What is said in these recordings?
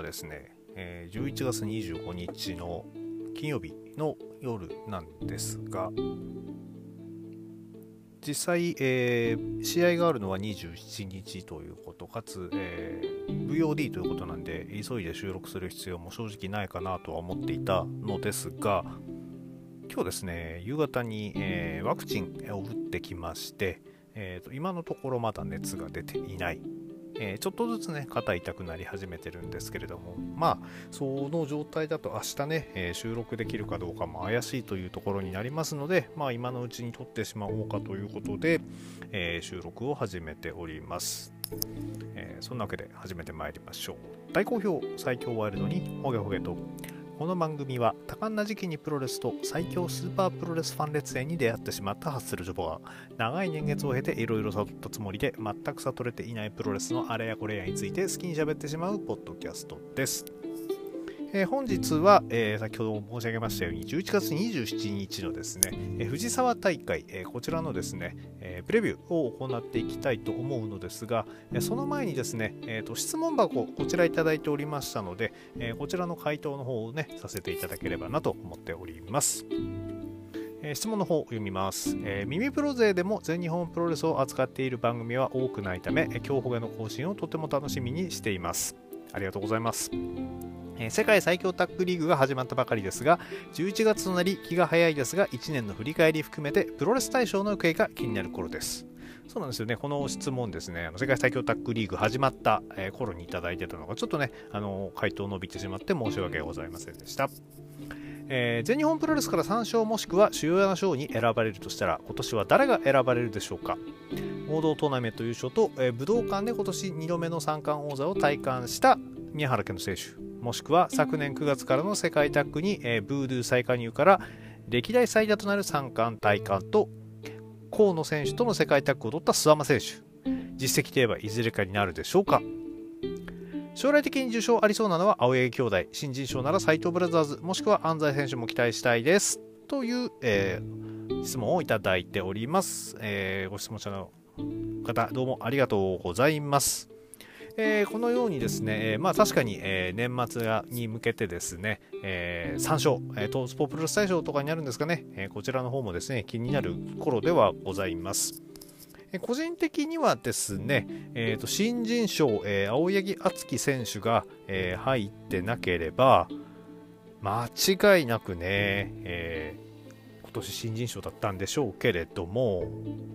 ですね、11月25日の金曜日の夜なんですが、実際、試合があるのは27日ということかつ、VOD ということなんで急いで収録する必要も正直ないかなとは思っていたのですが、今日ですね夕方に、ワクチンを打ってきまして、今のところまだ熱が出ていない、ちょっとずつね肩痛くなり始めてるんですけれども、その状態だと明日ね、収録できるかどうかも怪しいというところになりますので、今のうちに撮ってしまおうかということで、収録を始めております。そんなわけで始めてまいりましょう。大好評最強ワイルドにホゲホゲと。この番組は多感な時期にプロレスと最強スーパープロレスファン列演に出会ってしまったハッスルジョボが長い年月を経ていろいろ悟ったつもりで全く悟れていないプロレスのあれやこれやについて好きに喋ってしまうポッドキャストです。本日は、先ほど申し上げましたように11月27日のですね、藤沢大会、こちらのですね、プレビューを行っていきたいと思うのですが、その前にですね、質問箱こちらいただいておりましたので、こちらの回答の方をねさせていただければなと思っております。質問の方を読みます。耳プロ勢でも全日本プロレスを扱っている番組は多くないため、今日ホゲの更新をとても楽しみにしています。ありがとうございます。世界最強タッグリーグが始まったばかりですが、11月となり気が早いですが1年の振り返り含めてプロレス大賞の行方が気になる頃です。そうなんですよね。この質問ですね、世界最強タッグリーグ始まった、頃にいただいてたのがちょっとね回答伸びてしまって申し訳ございませんでした。全日本プロレスから3賞もしくは主要な賞に選ばれるとしたら今年は誰が選ばれるでしょうか。合同トーナメント優勝と、武道館で今年2度目の三冠王座を体感した宮原健人選手、もしくは昨年9月からの世界タッグに、ブードゥー再加入から歴代最多となる三冠体感と河野選手との世界タッグを取った諏訪間選手、実績といえばいずれかになるでしょうか。将来的に受賞ありそうなのは青柳兄弟、新人賞なら斉藤ブラザーズもしくは安西選手も期待したいですという、質問をいただいております。ご質問者の方どうもありがとうございます。このようにですね、確かに、年末に向けてですね、3賞、トースポプロレス大賞とかになるんですかね、こちらの方もですね気になる頃ではございます。個人的にはですね、新人賞、青柳敦樹選手が、入ってなければ間違いなくね、今年新人賞だったんでしょうけれども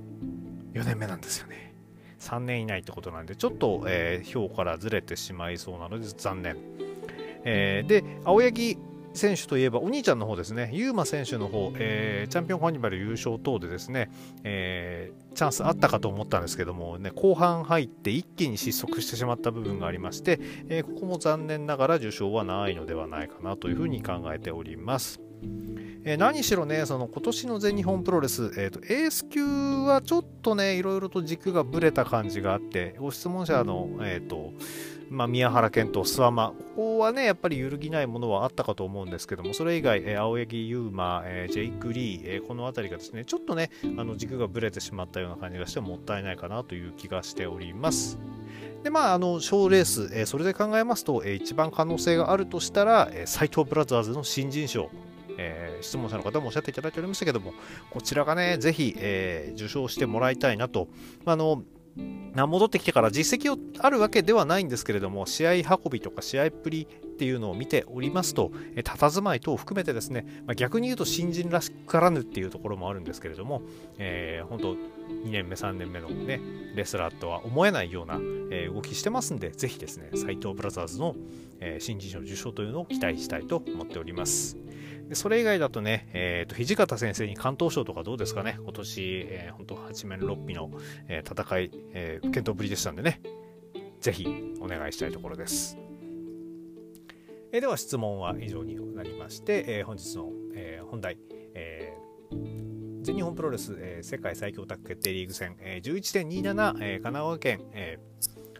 4年目なんですよね。3年以内ってことなんでちょっと、票からずれてしまいそうなので残念。で青柳選手といえばお兄ちゃんの方ですね、ユーマ選手の方、チャンピオンファニバル優勝等でですね、チャンスあったかと思ったんですけども、ね、後半入って一気に失速してしまった部分がありまして、ここも残念ながら受賞はないのではないかなというふうに考えております。何しろね、その今年の全日本プロレス、エース級はちょっとねいろいろと軸がぶれた感じがあって、ご質問者の、宮原健人、諏訪間、ここはねやっぱり揺るぎないものはあったかと思うんですけども、それ以外、青柳優馬、ジェイク・リー、この辺りがですねちょっとね軸がぶれてしまったような感じがしてもったいないかなという気がしております。で賞レース、それで考えますと、一番可能性があるとしたら、斉藤ブラザーズの新人賞、質問者の方もおっしゃっていただいておりましたけども、こちらがねぜひ、受賞してもらいたいなと。戻ってきてから実績あるわけではないんですけれども、試合運びとか試合っぷりっていうのを見ておりますと、佇まい等を含めてですね、逆に言うと新人らしからぬっていうところもあるんですけれども、本当2年目3年目のねレスラーとは思えないような、動きしてますんで、ぜひですね斉藤ブラザーズの、新人賞受賞というのを期待したいと思っております。でそれ以外だとね、土方先生に関東賞とかどうですかね。今年、本当八面六臂の、戦い、検討ぶりでしたんでね、ぜひお願いしたいところです。では質問は以上になりまして、本日の、本題、全日本プロレス、世界最強タッグ決定リーグ戦、11.27、神奈川県、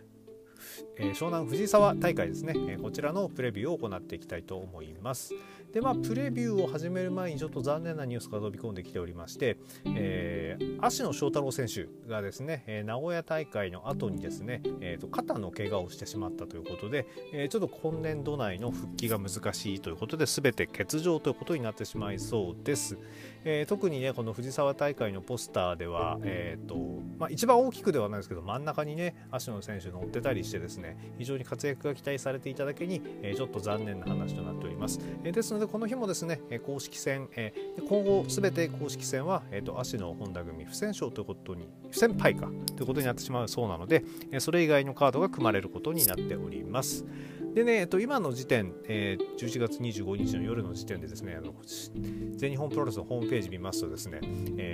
湘南藤沢大会ですね、こちらのプレビューを行っていきたいと思います。 でプレビューを始める前にちょっと残念なニュースが飛び込んできておりまして、芦野翔太郎選手がですね、名古屋大会の後にですね、肩の怪我をしてしまったということで、ちょっと今年度内の復帰が難しいということで全て欠場ということになってしまいそうです。特にねこの藤沢大会のポスターでは、一番大きくではないですけど真ん中にね芦野選手乗ってたりしてですね、非常に活躍が期待されていただけに、ちょっと残念な話となっております。ですのでこの日もですね公式戦、今後すべて公式戦は、芦野本田組不戦勝ということに不戦敗かということになってしまうそうなので、それ以外のカードが組まれることになっております。でね、今の時点、11月25日の夜の時点でですね、全日本プロレスのホームページ見ますとですね、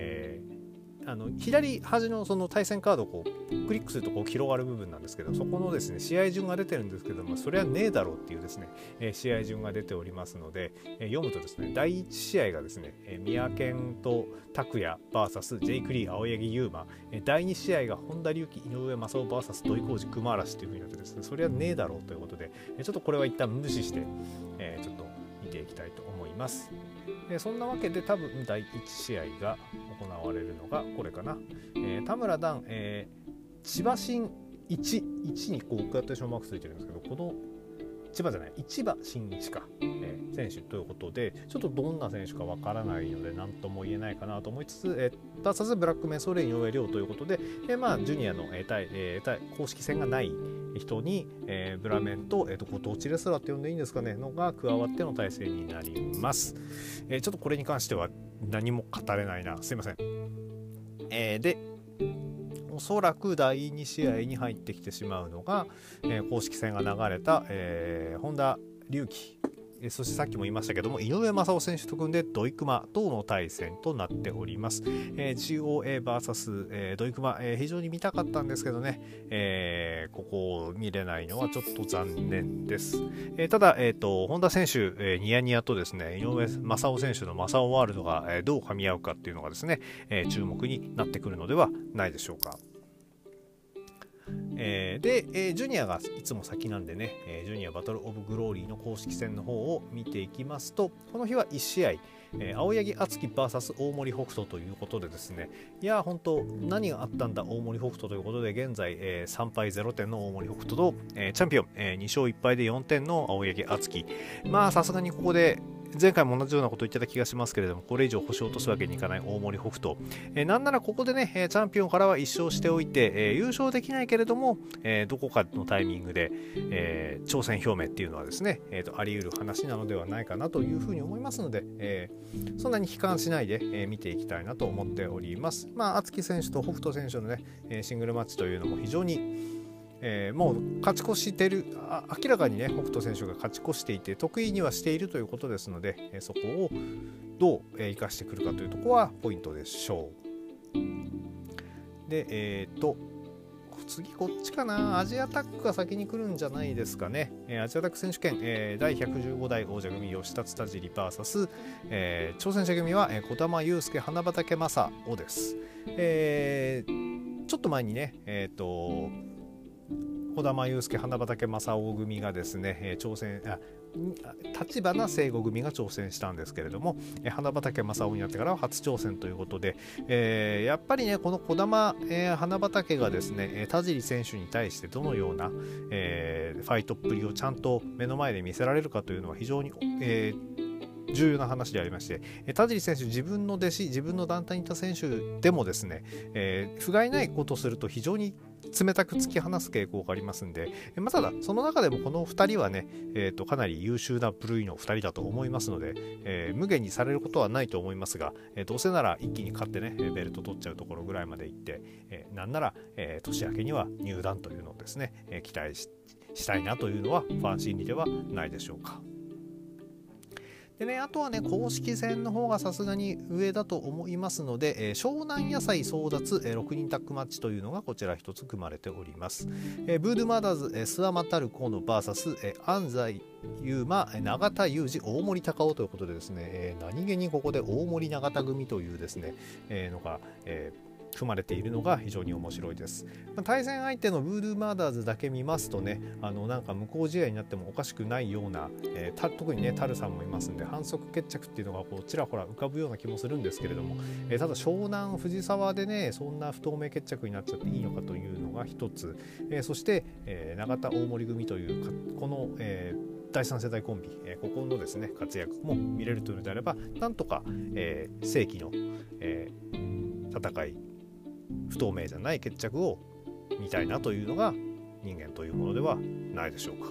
左端のその対戦カードをこうクリックするとこう広がる部分なんですけど、そこのですね試合順が出てるんですけども、それはねえだろうっていうですね、試合順が出ておりますので、読むとですね第1試合がですね宮健と拓也 VS ジェイク・リー青柳優馬、第2試合が本田隆起井上正雄 VS 土井浩二熊嵐というふうになってですね、それはねえだろうということで、ちょっとこれは一旦無視して、ちょっと見ていきたいと思います。そんなわけで多分第1試合が行われるのがこれかな、田村段、千葉真1にこうクワッテーションマークついてるんですけど、この千葉じゃない市場真一か、選手ということで、ちょっとどんな選手かわからないので何とも言えないかなと思いつつ、バーサスブラックメンソーレ井上涼ということで、ジュニアの、公式戦がない人に、ブラメンと、ご当地レスラーって呼んでいいんですかねのが加わっての体制になります。ちょっとこれに関しては何も語れないな、すいません。でおそらく第2試合に入ってきてしまうのが、公式戦が流れた、本田隆起、そしてさっきも言いましたけども井上正雄選手と組んで土井熊との対戦となっております。GOAVS、土井熊、非常に見たかったんですけどね、ここを見れないのはちょっと残念です。ただ、本田選手、ニヤニヤとですね井上正雄選手の正雄ワールドが、どう噛み合うかっていうのがですね、注目になってくるのではないでしょうか。で、ジュニアがいつも先なんでね、ジュニアバトルオブグローリーの公式戦の方を見ていきますと、この日は1試合、青柳敦樹 VS 大森北斗ということでですね、いや本当何があったんだ大森北斗ということで、現在、3敗0点の大森北斗と、チャンピオン、2勝1敗で4点の青柳敦樹、さすがにここで前回も同じようなことを言ってた気がしますけれども、これ以上星を落とすわけにいかない大森北斗、なんならここでねチャンピオンからは1勝しておいて、優勝できないけれども、どこかのタイミングで、挑戦表明っていうのはですね、あり得る話なのではないかなというふうに思いますので、そんなに悲観しないで、見ていきたいなと思っております。敦樹選手と北斗選手のね、シングルマッチというのも非常にもう勝ち越している、明らかにね北斗選手が勝ち越していて得意にはしているということですので、そこをどう生かしてくるかというところはポイントでしょう。で次こっちかな、アジアタックが先に来るんじゃないですかね。アジアタック選手権、第115代王者組吉田田尻 VS、挑戦者組は児玉悠介花畑正雄です。ちょっと前にね児玉悠介花畑正雄組がですね、立花聖吾組が挑戦したんですけれども、花畑正雄になってからは初挑戦ということで、やっぱりねこの児玉、花畑がですね田尻選手に対してどのような、ファイトっぷりをちゃんと目の前で見せられるかというのは非常に、重要な話でありまして、田尻選手自分の弟子自分の団体にいた選手でもですね、不甲斐ないことをすると非常に冷たく突き放す傾向がありますんで、ただその中でもこの2人はね、かなり優秀な部類の2人だと思いますので、無限にされることはないと思いますが、どうせなら一気に勝ってねベルト取っちゃうところぐらいまで行って、なんなら、年明けには入団というのをですね、期待したいなというのはファン心理ではないでしょうか。でね、あとはね公式戦の方がさすがに上だと思いますので、湘南野菜争奪、6人タッグマッチというのがこちら一つ組まれております。ブードゥマダーズ、諏訪又河野 VS、安西優馬永田裕二大森隆夫ということでですね、何気にここで大森永田組というですね、のが、 組まれているのが非常に面白いです。対戦相手のブードゥーマーダーズだけ見ますとね、なんか無効試合になってもおかしくないような、特にねタルさんもいますんで反則決着っていうのがこうちらほら浮かぶような気もするんですけれども、ただ湘南藤沢でねそんな不透明決着になっちゃっていいのかというのが一つ、そして、永田大森組というこの、第3世代コンビ、ここのですね活躍も見れるというのであればなんとか、世紀の、戦い不透明じゃない決着を見たいなというのが人間というものではないでしょうか。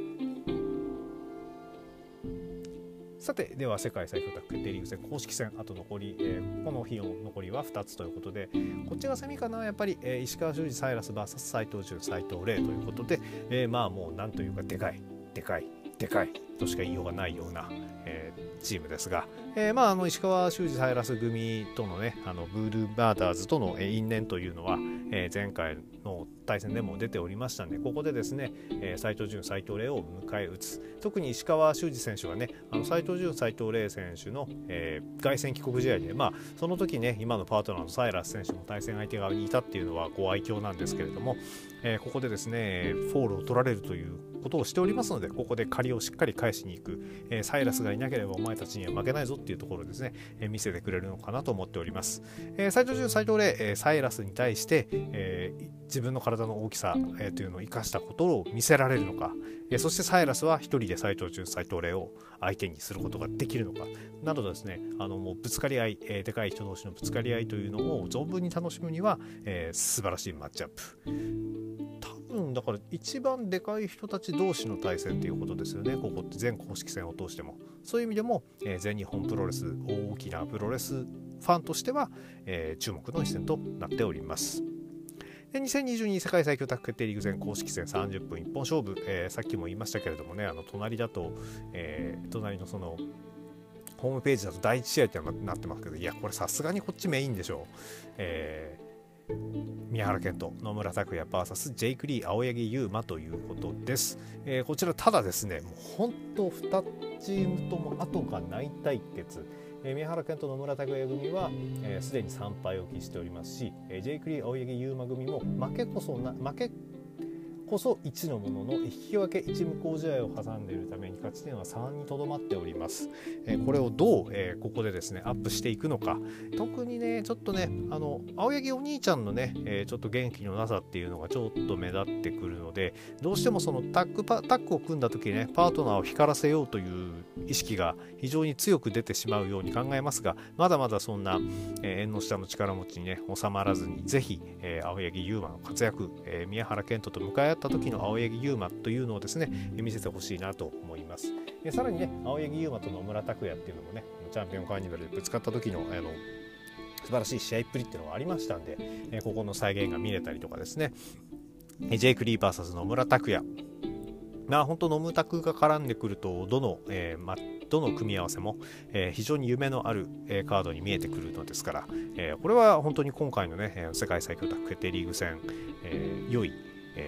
さてでは世界最強タッグ決定リーグ戦公式戦あと残り、この日の残りは2つということで、こっちがセミかなやっぱり、石川修司サイラス VS 斉藤潤斉藤麗ということで、まあもうなんというかでかいとしか言いようがないような、チームですが、石川修司サイラス組とのねブードゥーバーダーズとの因縁というのは、前回の対戦でも出ておりましたので、ここでですね斉藤潤斉藤麗を迎え撃つ。特に石川修司選手はね斉藤潤斉藤麗選手の、凱旋帰国試合で、その時ね今のパートナーのサイラス選手も対戦相手側にいたっていうのはご愛嬌なんですけれども、ここでですねフォールを取られるということをしておりますので、ここで借りをしっかり返しに行く、サイラスがいなければお前たちには負けないぞっていうところをですね、見せてくれるのかなと思っております。斉藤潤斉藤麗、サイラスに対して、自分の体の大きさ、というのを生かしたことを見せられるのか、そしてサイラスは一人で斉藤潤斉藤麗を相手にすることができるのかなどですね、もうぶつかり合い、でかい人同士のぶつかり合いというのを存分に楽しむには、素晴らしいマッチアップ。だから一番でかい人たち同士の対戦ということですよね。ここって全公式戦を通してもそういう意味でも、全日本プロレス大きなプロレスファンとしては、注目の一戦となっております。で2022世界最強タッグ決定リーグ戦公式戦30分一本勝負、さっきも言いましたけれどもね隣だと、隣のそのホームページだと第1試合ってなってますけど、いやこれさすがにこっちメインでしょう。宮原健人野村拓也 VS ジェイク・リー青柳優馬ということです。こちらただですねもう本当2チームとも後がない対決。宮原健人野村拓也組はすでに3敗を喫しておりますし、ジェイク・リー青柳優馬組も負けこそ1のものの引き分け1無効試合を挟んでいるために勝ち点は3にとどまっております。これをどう、ここでですねアップしていくのか。特にねちょっとね青柳お兄ちゃんのね、ちょっと元気のなさっていうのがちょっと目立ってくるので、どうしてもそのタッグを組んだ時ねパートナーを光らせようという意識が非常に強く出てしまうように考えますが、まだまだそんな、縁の下の力持ちにね収まらずにぜひ、青柳優馬の活躍、宮原健人と向かい合った時の青柳優馬というのをですね見せてほしいなと思います。さらにね青柳優馬と野村拓也っていうのもねチャンピオンカーニバルでぶつかった時の素晴らしい試合っぷりっていうのがありましたんで、ここの再現が見れたりとかですね、ジェイク・リー VS 野村拓也、本当野村拓が絡んでくるとどの組み合わせも、非常に夢のある、カードに見えてくるのですから、これは本当に今回のね世界最強タッグ決定リーグ戦、良い、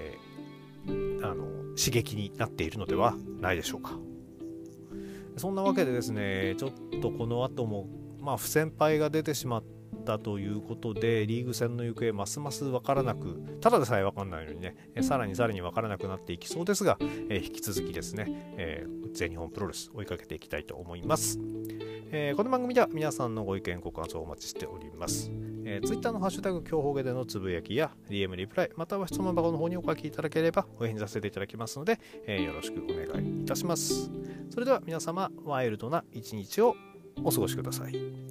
刺激になっているのではないでしょうか。そんなわけでですねちょっとこの後も不戦敗が出てしまったということでリーグ戦の行方ますます分からなく、ただでさえ分からないのにねさらに分からなくなっていきそうですが、引き続きですね、全日本プロレス追いかけていきたいと思います。この番組では皆さんのご意見ご感想をお待ちしております。Twitter のハッシュタグ強報ゲでのつぶやきや DM リプライまたは質問箱の方にお書きいただければお返事させていただきますので、よろしくお願いいたします。それでは皆様ワイルドな一日をお過ごしください。